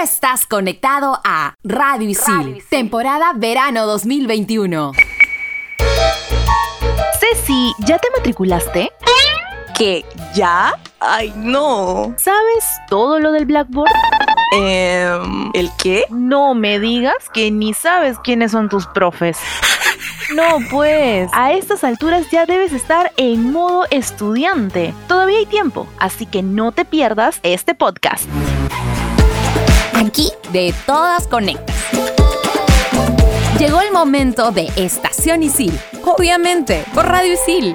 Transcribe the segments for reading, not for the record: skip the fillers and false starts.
estás conectado a Radio Isil, temporada verano 2021. Ceci, ¿ya te matriculaste? ¿Qué? ¿Ya? Ay, no. ¿Sabes todo lo del Blackboard? ¿El qué? No me digas que ni sabes quiénes son tus profes. No, pues, a estas alturas ya debes estar en modo estudiante. Todavía hay tiempo, así que no te pierdas este podcast. Aquí de todas conectas. Llegó el momento de Estación Isil, obviamente, por Radio Isil.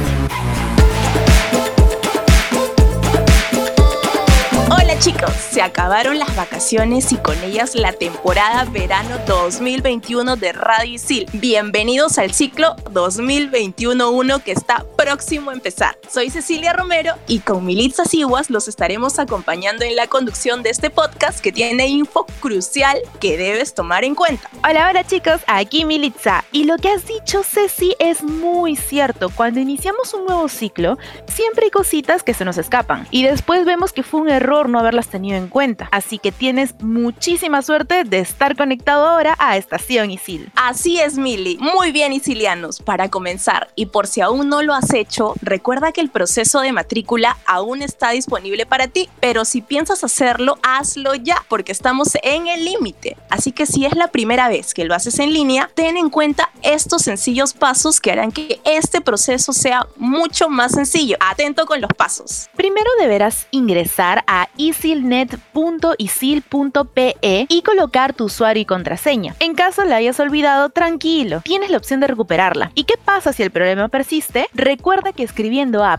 Hola chicos, se acabaron las vacaciones y con ellas la temporada verano 2021 de Radio Isil. Bienvenidos al ciclo 2021-1 que está próximo a empezar. Soy Cecilia Romero y con Militza Siguas los estaremos acompañando en la conducción de este podcast que tiene info crucial que debes tomar en cuenta. Hola chicos, aquí Militza. Y lo que has dicho, Ceci, es muy cierto. Cuando iniciamos un nuevo ciclo, siempre hay cositas que se nos escapan. Y después vemos que fue un error no haberlas tenido en cuenta. Así que tienes muchísima suerte de estar conectado ahora a Estación Isil. Así es, Mili. Muy bien, isilianos. Para comenzar, y por si aún no lo has hecho, recuerda que el proceso de matrícula aún está disponible para ti, pero si piensas hacerlo, hazlo ya, porque estamos en el límite. Así que si es la primera vez que lo haces en línea, ten en cuenta estos sencillos pasos que harán que este proceso sea mucho más sencillo. Atento con los pasos. Primero deberás ingresar a isilnet.isil.pe y colocar tu usuario y contraseña. En caso la hayas olvidado, tranquilo, tienes la opción de recuperarla. ¿Y qué pasa si el problema persiste? Recuerda que escribiendo a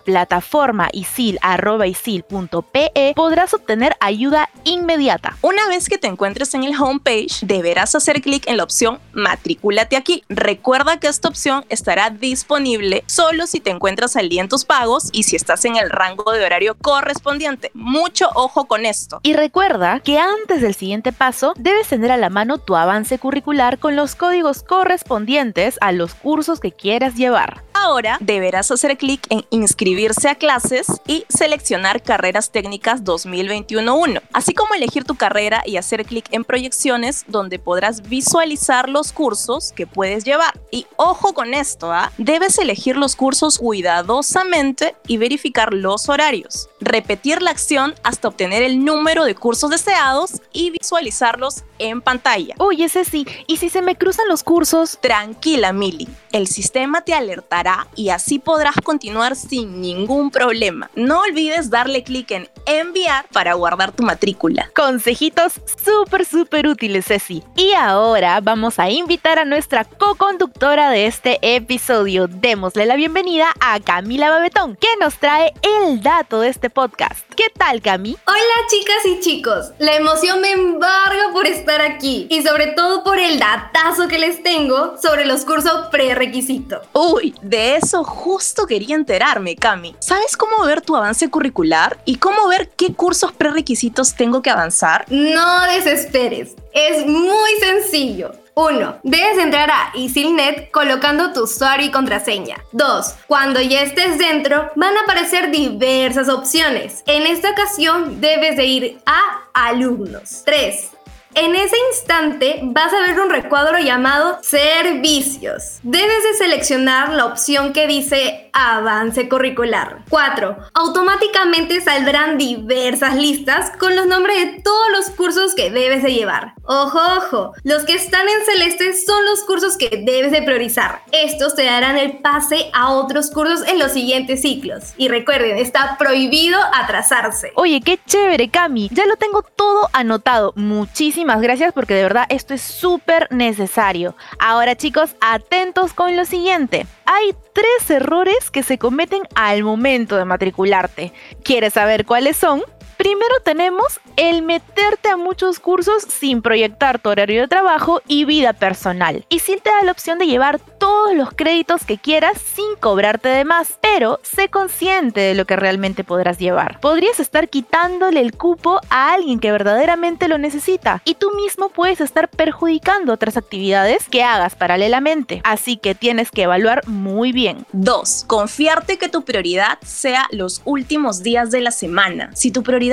plataformaisil@isil.pe podrás obtener ayuda inmediata. Una vez que te encuentres en el homepage, deberás hacer clic en la opción Matrículate aquí. Recuerda que esta opción estará disponible solo si te encuentras al día en tus pagos y si estás en el rango de horario correspondiente. Mucho ojo con esto. Y recuerda que antes del siguiente paso, debes tener a la mano tu avance curricular con los códigos correspondientes a los cursos que quieras llevar. Ahora deberás hacer clic en inscribirse a clases y seleccionar carreras técnicas 2021-1, así como elegir tu carrera y hacer clic en proyecciones donde podrás visualizar los cursos que puedes llevar. Y ojo con esto, debes elegir los cursos cuidadosamente y verificar los horarios. Repetir la acción hasta obtener el número de cursos deseados y visualizarlos en pantalla. Oye, Ceci, ¿y si se me cruzan los cursos? Tranquila, Mili. El sistema te alertará y así podrás continuar sin ningún problema. No olvides darle clic en enviar para guardar tu matrícula. Consejitos súper útiles, Ceci. Y ahora vamos a invitar a nuestra co-conductora de este episodio. Démosle la bienvenida a Camila Babetón, que nos trae el dato de este podcast. ¿Qué tal, Cami? Hola, chicas y chicos. La emoción me embarga por estar aquí y sobre todo por el datazo que les tengo sobre los cursos prerequisito. Uy, de eso justo quería enterarme, Cami. ¿Sabes cómo ver tu avance curricular y cómo ver qué cursos prerequisitos tengo que avanzar? No desesperes, es muy sencillo. 1. Debes entrar a Isilnet colocando tu usuario y contraseña. 2. Cuando ya estés dentro, van a aparecer diversas opciones. En esta ocasión, debes de ir a Alumnos. 3. En ese instante vas a ver un recuadro llamado Servicios. Debes de seleccionar la opción que dice Avance curricular. 4. Automáticamente saldrán diversas listas con los nombres de todos los cursos que debes de llevar. Ojo, los que están en celeste son los cursos que debes de priorizar. Estos te darán el pase a otros cursos en los siguientes ciclos. Y recuerden, está prohibido atrasarse. Oye, qué chévere, Cami. Ya lo tengo todo anotado. Muchísimas gracias porque de verdad esto es súper necesario. Ahora, chicos, atentos con lo siguiente. Hay 3 errores que se cometen al momento de matricularte. ¿Quieres saber cuáles son? Primero tenemos el meterte a muchos cursos sin proyectar tu horario de trabajo y vida personal. Y sí te da la opción de llevar todos los créditos que quieras sin cobrarte de más, pero sé consciente de lo que realmente podrás llevar. Podrías estar quitándole el cupo a alguien que verdaderamente lo necesita y tú mismo puedes estar perjudicando otras actividades que hagas paralelamente. Así que tienes que evaluar muy bien. 2. Confiarte que tu prioridad sea los últimos días de la semana. Si tu prioridad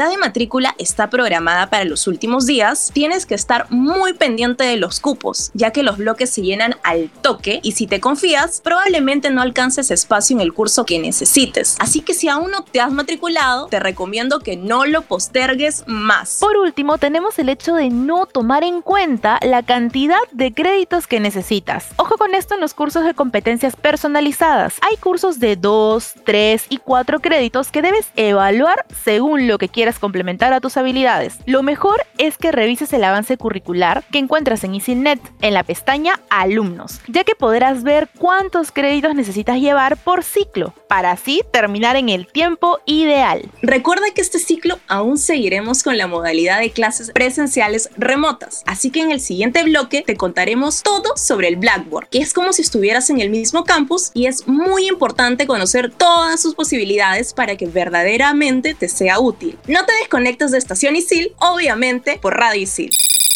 actividad de matrícula está programada para los últimos días, tienes que estar muy pendiente de los cupos, ya que los bloques se llenan al toque y si te confías, probablemente no alcances espacio en el curso que necesites. Así que si aún no te has matriculado, te recomiendo que no lo postergues más. Por último, tenemos el hecho de no tomar en cuenta la cantidad de créditos que necesitas. Ojo con esto en los cursos de competencias personalizadas. Hay cursos de 2, 3 y 4 créditos que debes evaluar según lo que quieras complementar a tus habilidades. Lo mejor es que revises el avance curricular que encuentras en EasyNet en la pestaña Alumnos, ya que podrás ver cuántos créditos necesitas llevar por ciclo, para así terminar en el tiempo ideal. Recuerda que este ciclo aún seguiremos con la modalidad de clases presenciales remotas, así que en el siguiente bloque te contaremos todo sobre el Blackboard, que es como si estuvieras en el mismo campus y es muy importante conocer todas sus posibilidades para que verdaderamente te sea útil. No te desconectes de Estación Isil, obviamente por Radio Isil.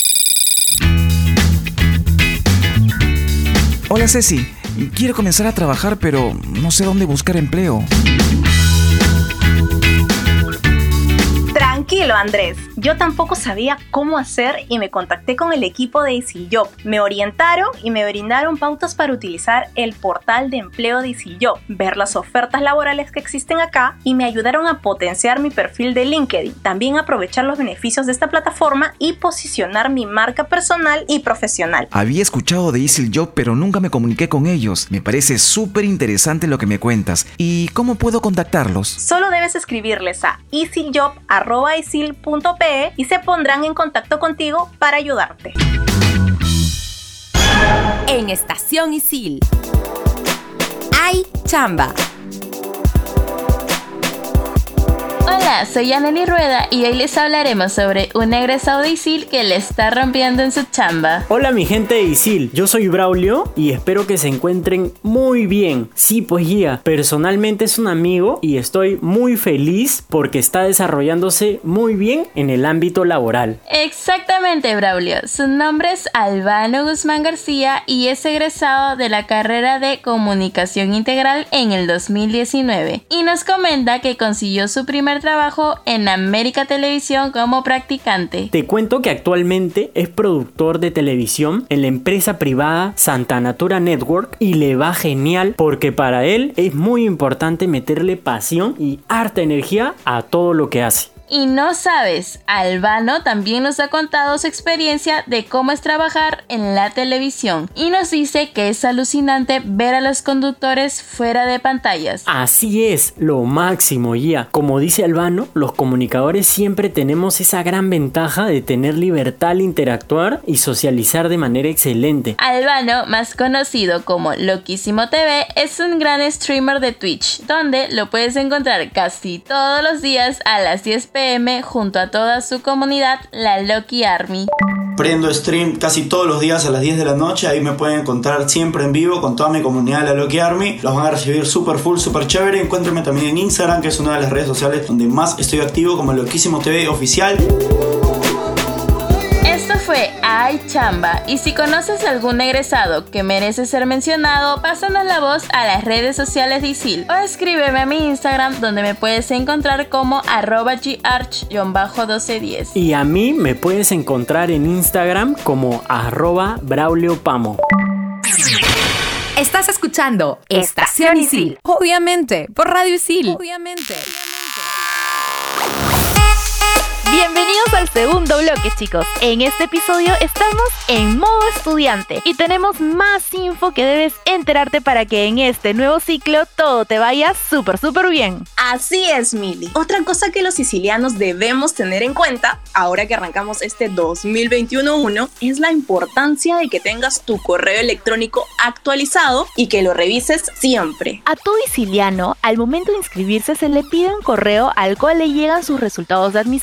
Hola Ceci, quiero comenzar a trabajar pero no sé dónde buscar empleo. Tranquilo Andrés, yo tampoco sabía cómo hacer y me contacté con el equipo de EasyJob. Me orientaron y me brindaron pautas para utilizar el portal de empleo de EasyJob, ver las ofertas laborales que existen acá y me ayudaron a potenciar mi perfil de LinkedIn, también aprovechar los beneficios de esta plataforma y posicionar mi marca personal y profesional. Había escuchado de EasyJob pero nunca me comuniqué con ellos. Me parece súper interesante lo que me cuentas. ¿Y cómo puedo contactarlos? Solo debes escribirles a easyjob@isil.pe y se pondrán en contacto contigo para ayudarte. En Estación Isil hay chamba. Hola, soy Anneli Rueda y hoy les hablaremos sobre un egresado de Isil que le está rompiendo en su chamba. Hola mi gente de Isil, yo soy Braulio y espero que se encuentren muy bien. Sí, pues guía, personalmente es un amigo y estoy muy feliz porque está desarrollándose muy bien en el ámbito laboral. Exactamente, Braulio. Su nombre es Albano Guzmán García y es egresado de la carrera de Comunicación Integral en el 2019 y nos comenta que consiguió su primer trabajo en América Televisión como practicante. Te cuento que actualmente es productor de televisión en la empresa privada Santa Natura Network y le va genial porque para él es muy importante meterle pasión y harta energía a todo lo que hace. Y no sabes, Albano también nos ha contado su experiencia de cómo es trabajar en la televisión y nos dice que es alucinante ver a los conductores fuera de pantallas. Así es, lo máximo ya. Como dice Albano, los comunicadores siempre tenemos esa gran ventaja de tener libertad al interactuar y socializar de manera excelente. Albano, más conocido como Loquísimo TV, es un gran streamer de Twitch, donde lo puedes encontrar casi todos los días a las 10 p.m. junto a toda su comunidad, la Loki Army. Prendo stream casi todos los días a las 10 de la noche, ahí me pueden encontrar siempre en vivo con toda mi comunidad de la Loki Army. Los van a recibir súper full, súper chévere. Encuéntrenme también en Instagram, que es una de las redes sociales donde más estoy activo, como Loquísimo TV Oficial. Esto fue Ay Chamba, y si conoces algún egresado que merece ser mencionado, pásanos la voz a las redes sociales de Isil o escríbeme a mi Instagram, donde me puedes encontrar como @garch_1210. Y a mí me puedes encontrar en Instagram como @BraulioPamo. Estás escuchando Estación Isil, obviamente, por Radio Isil. Obviamente. Bienvenidos al segundo bloque, chicos. En este episodio estamos en modo estudiante y tenemos más info que debes enterarte para que en este nuevo ciclo todo te vaya súper bien. Así es, Mili. Otra cosa que los sicilianos debemos tener en cuenta, ahora que arrancamos este 2021-1, es la importancia de que tengas tu correo electrónico actualizado y que lo revises siempre. A todo siciliano, al momento de inscribirse se le pide un correo al cual le llegan sus resultados de admisión.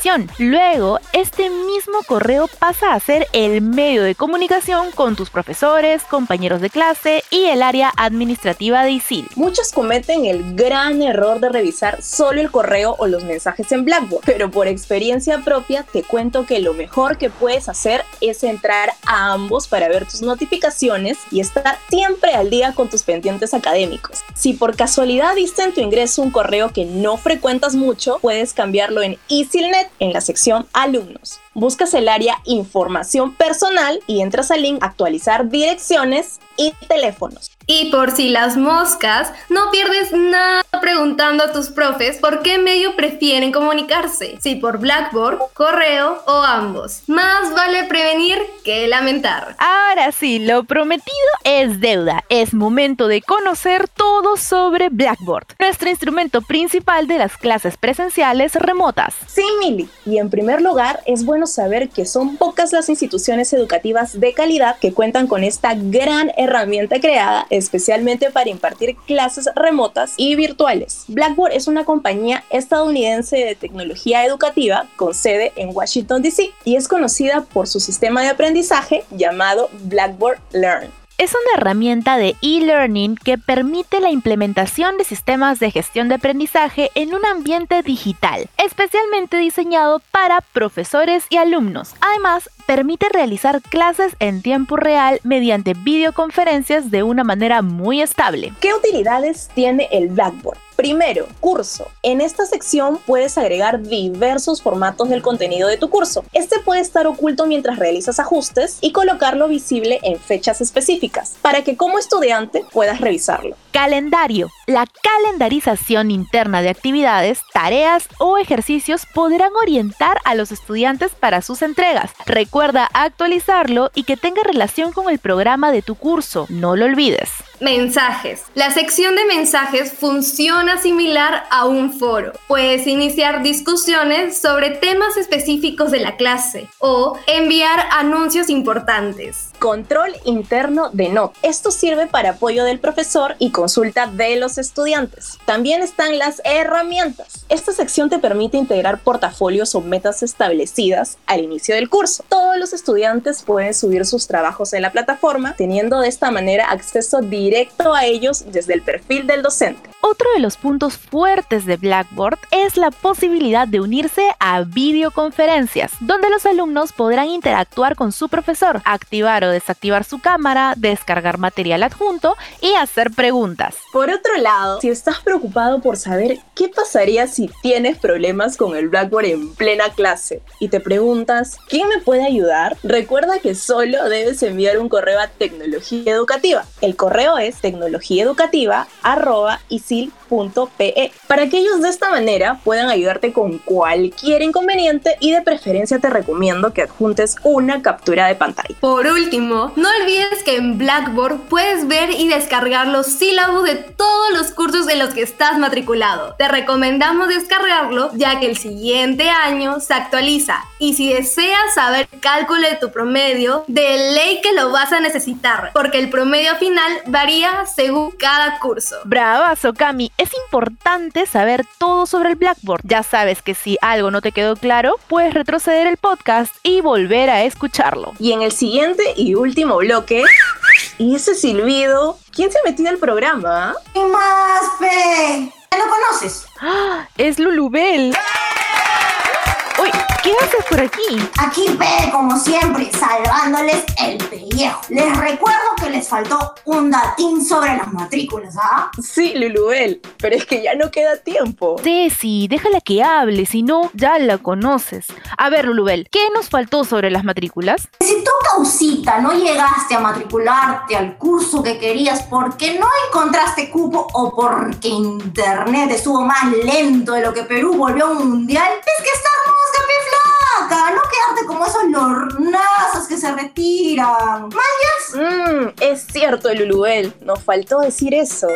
Luego, este mismo correo pasa a ser el medio de comunicación con tus profesores, compañeros de clase y el área administrativa de ISIL. Muchos cometen el gran error de revisar solo el correo o los mensajes en Blackboard, pero por experiencia propia te cuento que lo mejor que puedes hacer es entrar a ambos para ver tus notificaciones y estar siempre al día con tus pendientes académicos. Si por casualidad viste en tu ingreso un correo que no frecuentas mucho, puedes cambiarlo en ISILnet en la sección Alumnos. Buscas el área Información Personal y entras al link Actualizar direcciones y teléfonos. Y por si las moscas, no pierdes nada preguntando a tus profes por qué medio prefieren comunicarse, si por Blackboard, correo o ambos. Más vale prevenir que lamentar. Ahora sí, lo prometido es deuda. Es momento de conocer todo sobre Blackboard, nuestro instrumento principal de las clases presenciales remotas. Sí, Mili. Y en primer lugar, es bueno saber que son pocas las instituciones educativas de calidad que cuentan con esta gran herramienta creada especialmente para impartir clases remotas y virtuales. Blackboard es una compañía estadounidense de tecnología educativa con sede en Washington, D.C. y es conocida por su sistema de aprendizaje llamado Blackboard Learn. Es una herramienta de e-learning que permite la implementación de sistemas de gestión de aprendizaje en un ambiente digital, especialmente diseñado para profesores y alumnos. Además, permite realizar clases en tiempo real mediante videoconferencias de una manera muy estable. ¿Qué utilidades tiene el Blackboard? Primero, curso. En esta sección puedes agregar diversos formatos del contenido de tu curso. Este puede estar oculto mientras realizas ajustes y colocarlo visible en fechas específicas para que como estudiante puedas revisarlo. Calendario. La calendarización interna de actividades, tareas o ejercicios podrán orientar a los estudiantes para sus entregas. Recuerda actualizarlo y que tenga relación con el programa de tu curso. No lo olvides. Mensajes. La sección de mensajes funciona similar a un foro. Puedes iniciar discusiones sobre temas específicos de la clase o enviar anuncios importantes. Control interno de notas. Esto sirve para apoyo del profesor y consulta de los estudiantes. También están las herramientas. Esta sección te permite integrar portafolios o metas establecidas al inicio del curso. Todos los estudiantes pueden subir sus trabajos en la plataforma, teniendo de esta manera acceso directo a ellos desde el perfil del docente. Otro de los puntos fuertes de Blackboard es la posibilidad de unirse a videoconferencias, donde los alumnos podrán interactuar con su profesor, activar o desactivar su cámara, descargar material adjunto y hacer preguntas. Por otro lado, si estás preocupado por saber qué pasaría si tienes problemas con el Blackboard en plena clase y te preguntas ¿quién me puede ayudar? Recuerda que solo debes enviar un correo a Tecnología Educativa. El correo es tecnologiaeducativa@isil.pe para que ellos de esta manera puedan ayudarte con cualquier inconveniente y de preferencia te recomiendo que adjuntes una captura de pantalla. Por último, no olvides que en Blackboard puedes ver y descargar los sílabos de todos los cursos en los que estás matriculado. Te recomendamos descargarlo ya que el siguiente año se actualiza y si deseas saber el cálculo de tu promedio, de ley que lo vas a necesitar porque el promedio final varía según cada curso. Bravazo, Cami. Es importante saber todo sobre el Blackboard. Ya sabes que si algo no te quedó claro, puedes retroceder el podcast y volver a escucharlo. Y en el siguiente y último bloque, ¿y ese silbido? ¿Quién se ha metido al programa? ¿Qué más, Fe? ¿Ya lo conoces? ¡Ah! ¡Es Lulubel! Uy, ¿qué haces por aquí? Aquí ve, como siempre, salvándoles el pellejo. Les recuerdo que les faltó un datín sobre las matrículas, ¿ah? Sí, Lulubel, pero es que ya no queda tiempo. Ceci, déjala que hable, si no, ya la conoces. A ver, Lulubel, ¿qué nos faltó sobre las matrículas? Si tú, Causita, no llegaste a matricularte al curso que querías porque no encontraste cupo o porque internet estuvo más lento de lo que Perú volvió a un mundial, es que estamos flaca, no quedarte como esos lornazos que se retiran. ¿Mayas? Es cierto, Lulubel, nos faltó decir eso.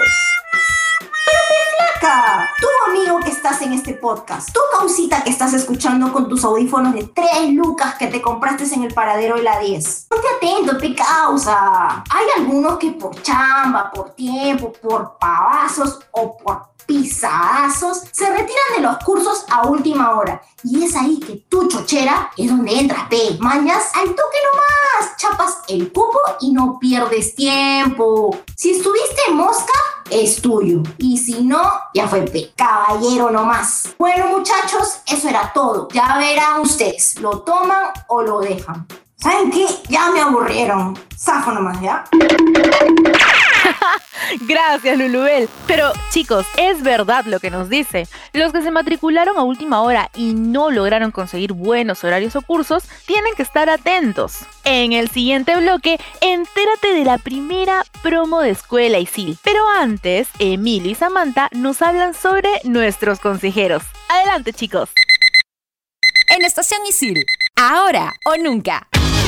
Flaca, tú amigo que estás en este podcast, tú Causita que estás escuchando con tus audífonos de 3 lucas que te compraste en el paradero de la 10. Ponte atento, pe causa. Hay algunos que por chamba, por tiempo, por pavazos o por pisadazos, se retiran de los cursos a última hora. Y es ahí que tu chochera es donde entra, mañas al toque nomás, chapas el cupo y no pierdes tiempo. Si estuviste en mosca, es tuyo. Y si no, ya fue caballero nomás. Bueno, muchachos, eso era todo. Ya verán ustedes, ¿lo toman o lo dejan? ¿Saben qué? Ya me aburrieron. Zafo nomás, ¿ya? Gracias, Lulubel. Pero, chicos, es verdad lo que nos dice. Los que se matricularon a última hora y no lograron conseguir buenos horarios o cursos, tienen que estar atentos. En el siguiente bloque, entérate de la primera promo de Escuela Isil. Pero antes, Emilio y Samantha nos hablan sobre nuestros consejeros. Adelante, chicos. En Estación Isil, ahora o nunca.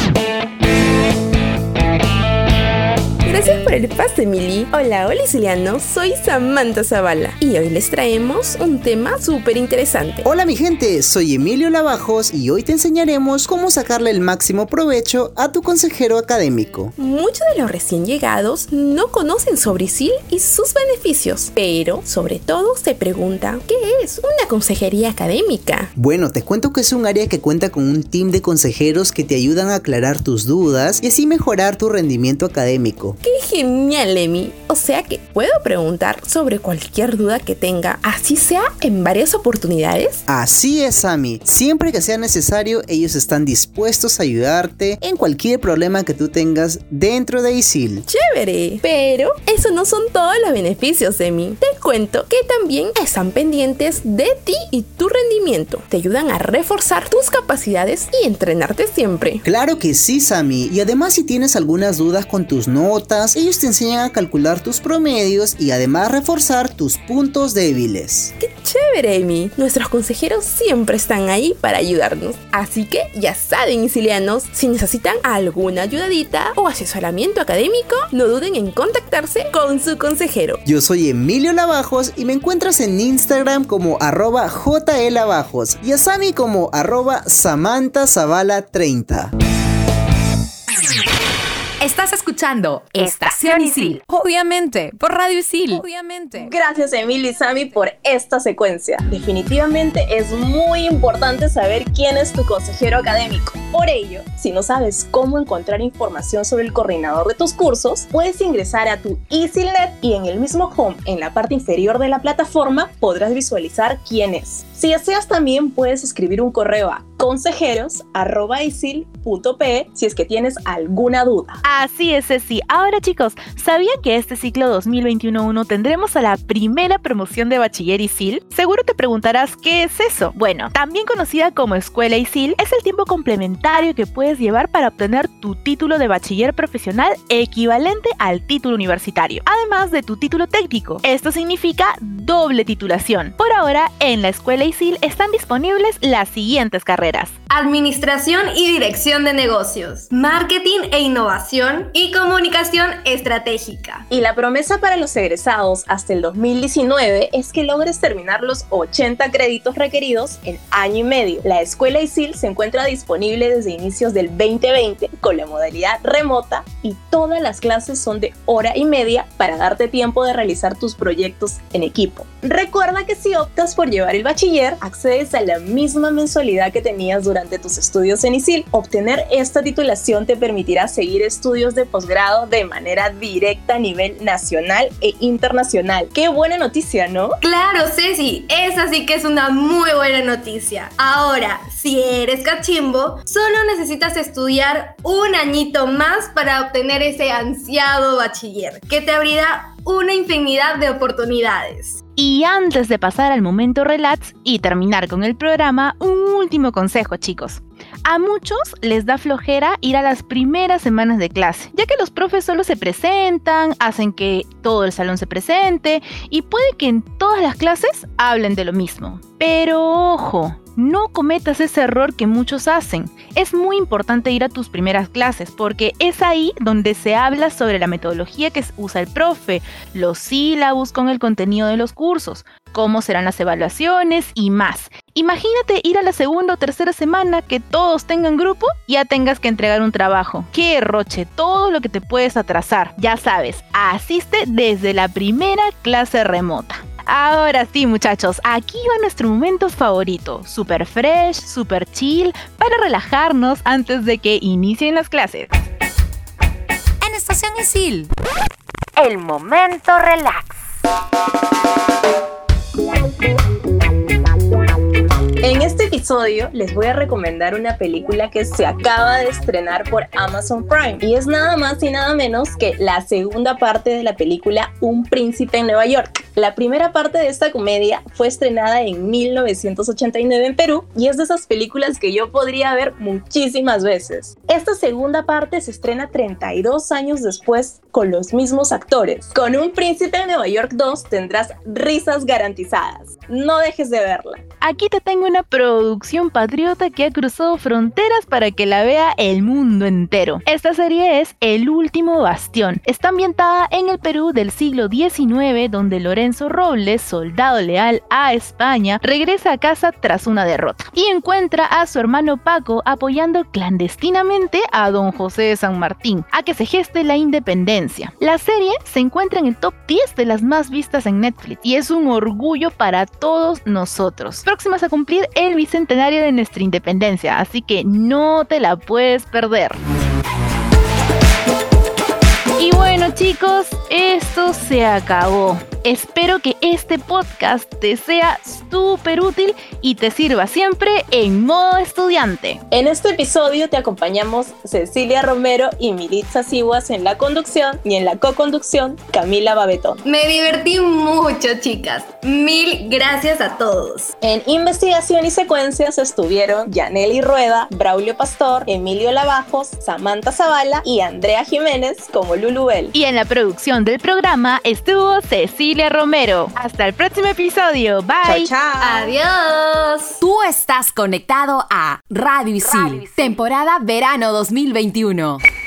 Gracias por el pase, Mili. Hola isilianos, soy Samantha Zavala y hoy les traemos un tema súper interesante. Hola mi gente, soy Emilio Lavajos y hoy te enseñaremos cómo sacarle el máximo provecho a tu consejero académico. Muchos de los recién llegados no conocen sobre ISIL y sus beneficios, pero sobre todo se preguntan, ¿qué es una consejería académica? Bueno, te cuento que es un área que cuenta con un team de consejeros que te ayudan a aclarar tus dudas y así mejorar tu rendimiento académico. ¡Qué genial, Emi! O sea que puedo preguntar sobre cualquier duda que tenga, así sea en varias oportunidades. Así es, Ami. Siempre que sea necesario, ellos están dispuestos a ayudarte en cualquier problema que tú tengas dentro de ISIL. ¡Chévere! Pero eso no son todos los beneficios, Emi. Te cuento que también están pendientes de ti y tu rendimiento. Te ayudan a reforzar tus capacidades y entrenarte siempre. Claro que sí, Sami. Y además, si tienes algunas dudas con tus notas, ellos te enseñan a calcular tus promedios y además reforzar tus puntos débiles. ¡Qué chévere, Emi! Nuestros consejeros siempre están ahí para ayudarnos. Así que ya saben, isilianos, si necesitan alguna ayudadita o asesoramiento académico, no duden en contactarse con su consejero. Yo soy Emilio Lavajos y me encuentras en Instagram como @JLavajos y a Sami como @SamanthaZavala30. Estás escuchando Estación Isil, obviamente, por Radio Isil. Obviamente. Gracias, Emilio y Sami, por esta secuencia. Definitivamente es muy importante saber quién es tu consejero académico. Por ello, si no sabes cómo encontrar información sobre el coordinador de tus cursos, puedes ingresar a tu ISILnet y en el mismo home, en la parte inferior de la plataforma, podrás visualizar quién es. Si deseas, también puedes escribir un correo a consejeros@isil.pe si es que tienes alguna duda. Así es, Ceci. Ahora, chicos, ¿sabían que este ciclo 2021-1 tendremos a la primera promoción de Bachiller ISIL? Seguro te preguntarás, ¿qué es eso? Bueno, también conocida como Escuela ISIL, es el tiempo complementario que puedes llevar para obtener tu título de bachiller profesional equivalente al título universitario, además de tu título técnico. Esto significa doble titulación. Por ahora, en la Escuela ISIL están disponibles las siguientes carreras: Administración y Dirección de Negocios, Marketing e Innovación y Comunicación Estratégica. Y la promesa para los egresados hasta el 2019 es que logres terminar los 80 créditos requeridos en año y medio. La Escuela ISIL se encuentra disponible desde inicios del 2020 con la modalidad remota y todas las clases son de hora y media para darte tiempo de realizar tus proyectos en equipo. Recuerda que si optas por llevar el bachiller, accedes a la misma mensualidad que tenías durante tus estudios en ISIL. Obtener esta titulación te permitirá seguir estudios de posgrado de manera directa a nivel nacional e internacional. ¡Qué buena noticia!, ¿no? Claro, Ceci, esa sí que es una muy buena noticia. Ahora, si eres cachimbo, solo necesitas estudiar un añito más para obtener ese ansiado bachiller, que te abrirá una infinidad de oportunidades. Y antes de pasar al momento relax y terminar con el programa, un último consejo, chicos. A muchos les da flojera ir a las primeras semanas de clase, ya que los profes solo se presentan, hacen que todo el salón se presente y puede que en todas las clases hablen de lo mismo. Pero ojo, no cometas ese error que muchos hacen. Es muy importante ir a tus primeras clases porque es ahí donde se habla sobre la metodología que usa el profe, los sílabus con el contenido de los cursos, cómo serán las evaluaciones y más. Imagínate ir a la segunda o tercera semana que todos tengan grupo y ya tengas que entregar un trabajo. ¡Qué roche! Todo lo que te puedes atrasar. Ya sabes, asiste desde la primera clase remota. Ahora sí, muchachos, aquí va nuestro momento favorito, super fresh, super chill, para relajarnos antes de que inicien las clases. En Estación Isil, el momento relax. En este episodio les voy a recomendar una película que se acaba de estrenar por Amazon Prime y es nada más y nada menos que la segunda parte de la película Un Príncipe en Nueva York. La primera parte de esta comedia fue estrenada en 1989 en Perú y es de esas películas que yo podría ver muchísimas veces. Esta segunda parte se estrena 32 años después con los mismos actores. Con Un Príncipe en Nueva York 2 tendrás risas garantizadas. No dejes de verla. Aquí te tengo una producción patriota que ha cruzado fronteras para que la vea el mundo entero. Esta serie es El Último Bastión. Está ambientada en el Perú del siglo XIX, donde Lorenzo Robles, soldado leal a España, regresa a casa tras una derrota y encuentra a su hermano Paco apoyando clandestinamente a don José de San Martín a que se geste la independencia. La serie se encuentra en el top 10 de las más vistas en Netflix y es un orgullo para todos nosotros, próximas a cumplir el bicentenario de nuestra independencia, así que no te la puedes perder. Y bueno, chicos, esto se acabó. Espero que este podcast te sea súper útil y te sirva siempre en modo estudiante. En este episodio te acompañamos Cecilia Romero y Militza Siguas en la conducción y en la co-conducción Camila Babetón. Me divertí mucho, chicas. Mil gracias a todos. En investigación y secuencias estuvieron Yaneli Rueda, Braulio Pastor, Emilio Lavajos, Samantha Zavala y Andrea Jiménez como Lulubel. Y en la producción del programa estuvo Cecilia Romero. Hasta el próximo episodio. Bye. Chao, chao. Adiós. Tú estás conectado a Radio Isil, temporada verano 2021.